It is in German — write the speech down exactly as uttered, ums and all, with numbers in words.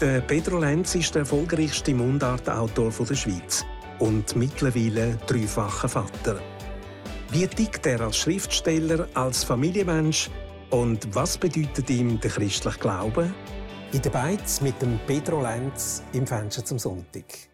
Der Pedro Lenz ist der erfolgreichste Mundartautor der Schweiz und mittlerweile dreifacher Vater. Wie tickt er als Schriftsteller, als Familienmensch und was bedeutet ihm der christliche Glaube? In der Beiz mit dem Pedro Lenz im Fenster zum Sonntag.